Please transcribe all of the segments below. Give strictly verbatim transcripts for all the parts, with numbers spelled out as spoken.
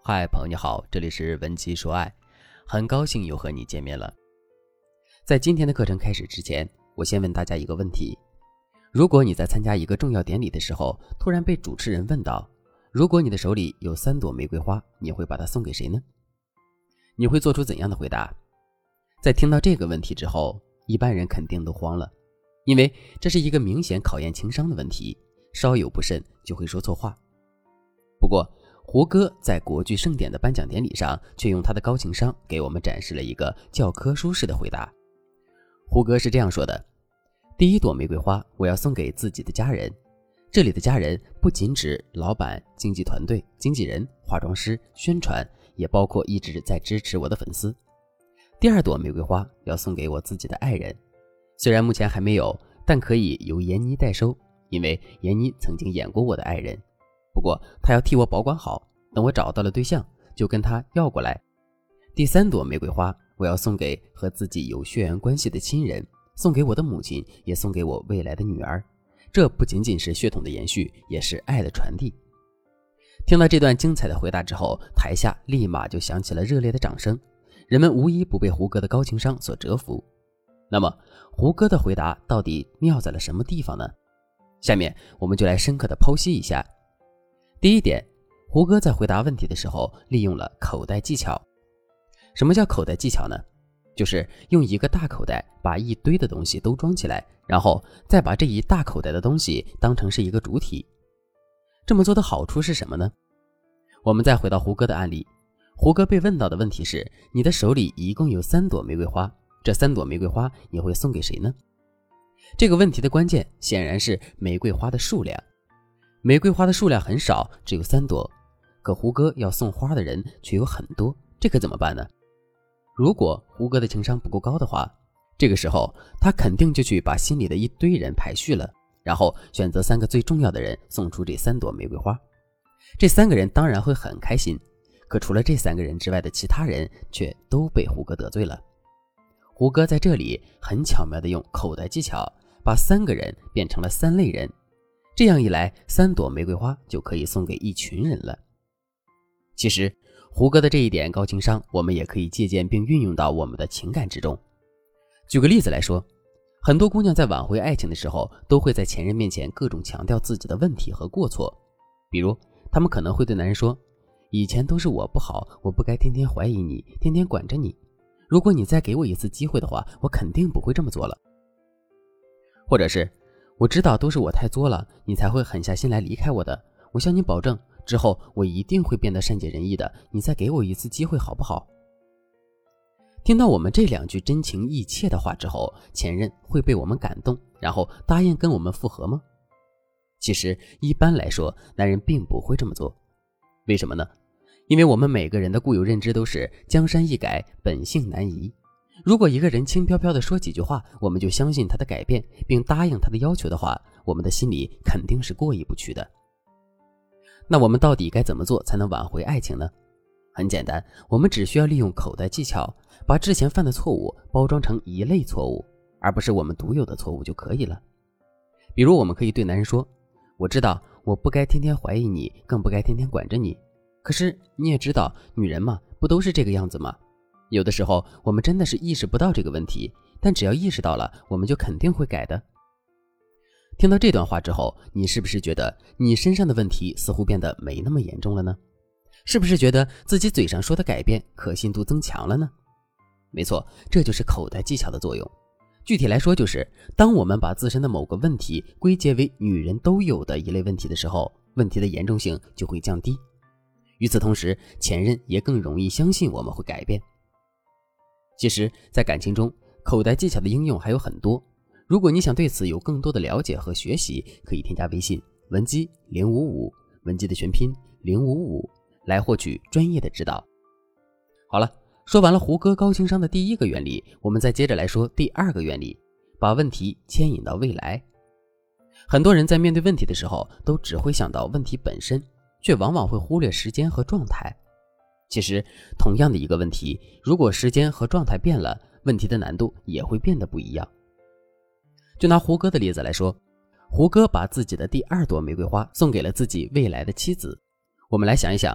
嗨，朋友你好，这里是文姬说爱，很高兴又和你见面了。在今天的课程开始之前，我先问大家一个问题：如果你在参加一个重要典礼的时候，突然被主持人问到，如果你的手里有三朵玫瑰花，你会把它送给谁呢？你会做出怎样的回答？在听到这个问题之后，一般人肯定都慌了，因为这是一个明显考验情商的问题，稍有不慎就会说错话。不过胡歌在国剧盛典的颁奖典礼上，却用他的高情商给我们展示了一个教科书式的回答。胡歌是这样说的：第一朵玫瑰花我要送给自己的家人，这里的家人不仅指老板、经纪团队、经纪人、化妆师、宣传，也包括一直在支持我的粉丝。第二朵玫瑰花要送给我自己的爱人，虽然目前还没有，但可以由闫妮代收，因为闫妮曾经演过我的爱人，不过她要替我保管好，等我找到了对象就跟她要过来。第三朵玫瑰花我要送给和自己有血缘关系的亲人，送给我的母亲，也送给我未来的女儿，这不仅仅是血统的延续，也是爱的传递。听到这段精彩的回答之后，台下立马就响起了热烈的掌声，人们无一不被胡歌的高情商所折服。那么胡歌的回答到底妙在了什么地方呢？下面我们就来深刻的剖析一下。第一点，胡歌在回答问题的时候利用了口袋技巧。什么叫口袋技巧呢？就是用一个大口袋把一堆的东西都装起来，然后再把这一大口袋的东西当成是一个主体。这么做的好处是什么呢？我们再回到胡歌的案例，胡歌被问到的问题是：你的手里一共有三朵玫瑰花，这三朵玫瑰花你会送给谁呢？这个问题的关键显然是玫瑰花的数量。玫瑰花的数量很少，只有三朵，可胡歌要送花的人却有很多，这可怎么办呢？如果胡歌的情商不够高的话，这个时候他肯定就去把心里的一堆人排序了，然后选择三个最重要的人送出这三朵玫瑰花。这三个人当然会很开心，可除了这三个人之外的其他人却都被胡歌得罪了。胡歌在这里很巧妙地用口袋技巧把三个人变成了三类人，这样一来，三朵玫瑰花就可以送给一群人了。其实胡歌的这一点高情商，我们也可以借鉴并运用到我们的情感之中。举个例子来说，很多姑娘在挽回爱情的时候，都会在前任面前各种强调自己的问题和过错。比如她们可能会对男人说，以前都是我不好，我不该天天怀疑你，天天管着你，如果你再给我一次机会的话，我肯定不会这么做了。或者是我知道都是我太作了，你才会狠下心来离开我的，我向你保证，之后我一定会变得善解人意的，你再给我一次机会好不好？听到我们这两句真情意切的话之后，前任会被我们感动，然后答应跟我们复合吗？其实一般来说，男人并不会这么做。为什么呢？因为我们每个人的固有认知都是江山易改，本性难移。如果一个人轻飘飘地说几句话，我们就相信他的改变，并答应他的要求的话，我们的心里肯定是过意不去的。那我们到底该怎么做才能挽回爱情呢？很简单，我们只需要利用口袋技巧，把之前犯的错误包装成一类错误，而不是我们独有的错误就可以了。比如我们可以对男人说，我知道我不该天天怀疑你，更不该天天管着你，可是你也知道，女人嘛，不都是这个样子吗？有的时候我们真的是意识不到这个问题，但只要意识到了，我们就肯定会改的。听到这段话之后，你是不是觉得你身上的问题似乎变得没那么严重了呢？是不是觉得自己嘴上说的改变可信度增强了呢？没错，这就是口袋技巧的作用。具体来说，就是当我们把自身的某个问题归结为女人都有的一类问题的时候，问题的严重性就会降低。与此同时，前任也更容易相信我们会改变。其实在感情中，口袋技巧的应用还有很多，如果你想对此有更多的了解和学习，可以添加微信文姬零五五，文姬的全拼零五五，来获取专业的指导。好了，说完了胡歌高情商的第一个原理，我们再接着来说第二个原理，把问题牵引到未来。很多人在面对问题的时候，都只会想到问题本身，却往往会忽略时间和状态。其实同样的一个问题，如果时间和状态变了，问题的难度也会变得不一样。就拿胡歌的例子来说，胡歌把自己的第二朵玫瑰花送给了自己未来的妻子。我们来想一想，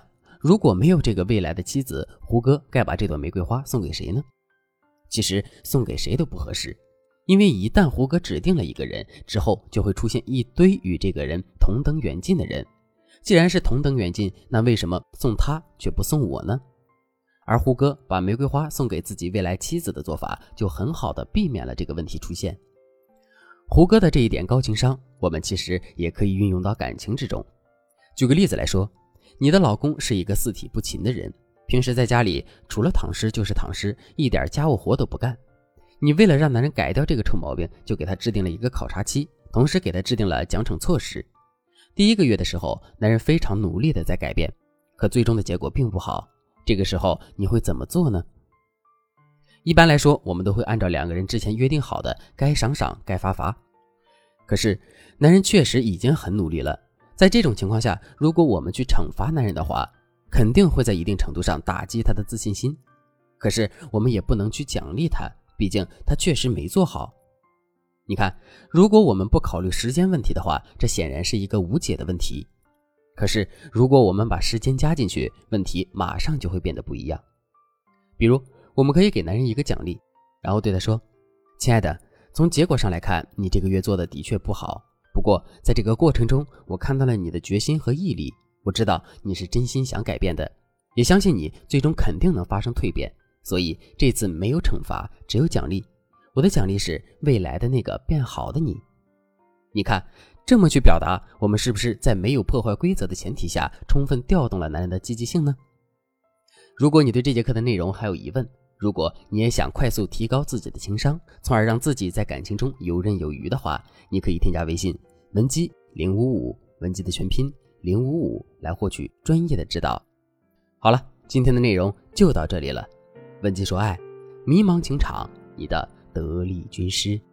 如果没有这个未来的妻子，胡歌该把这朵玫瑰花送给谁呢？其实送给谁都不合适，因为一旦胡歌指定了一个人之后，就会出现一堆与这个人同等远近的人。既然是同等远近，那为什么送他却不送我呢？而胡歌把玫瑰花送给自己未来妻子的做法，就很好的避免了这个问题出现。胡歌的这一点高情商，我们其实也可以运用到感情之中。举个例子来说，你的老公是一个四体不勤的人，平时在家里除了躺尸就是躺尸，一点家务活都不干。你为了让男人改掉这个臭毛病，就给他制定了一个考察期，同时给他制定了奖惩措施。第一个月的时候，男人非常努力的在改变，可最终的结果并不好。这个时候你会怎么做呢？一般来说，我们都会按照两个人之前约定好的，该赏赏该罚罚。可是男人确实已经很努力了，在这种情况下，如果我们去惩罚男人的话，肯定会在一定程度上打击他的自信心。可是我们也不能去奖励他，毕竟他确实没做好。你看，如果我们不考虑时间问题的话，这显然是一个无解的问题。可是如果我们把时间加进去，问题马上就会变得不一样。比如我们可以给男人一个奖励，然后对他说，亲爱的，从结果上来看，你这个月做的的确不好，不过在这个过程中，我看到了你的决心和毅力，我知道你是真心想改变的，也相信你最终肯定能发生蜕变，所以这次没有惩罚，只有奖励。我的奖励是未来的那个变好的你。你看，这么去表达，我们是不是在没有破坏规则的前提下，充分调动了男人的积极性呢？如果你对这节课的内容还有疑问，如果你也想快速提高自己的情商，从而让自己在感情中游刃有余的话，你可以添加微信文姬零五五，文姬的全拼零五五，来获取专业的指导。好了，今天的内容就到这里了。文姬说爱，迷茫情场，你的得力军师。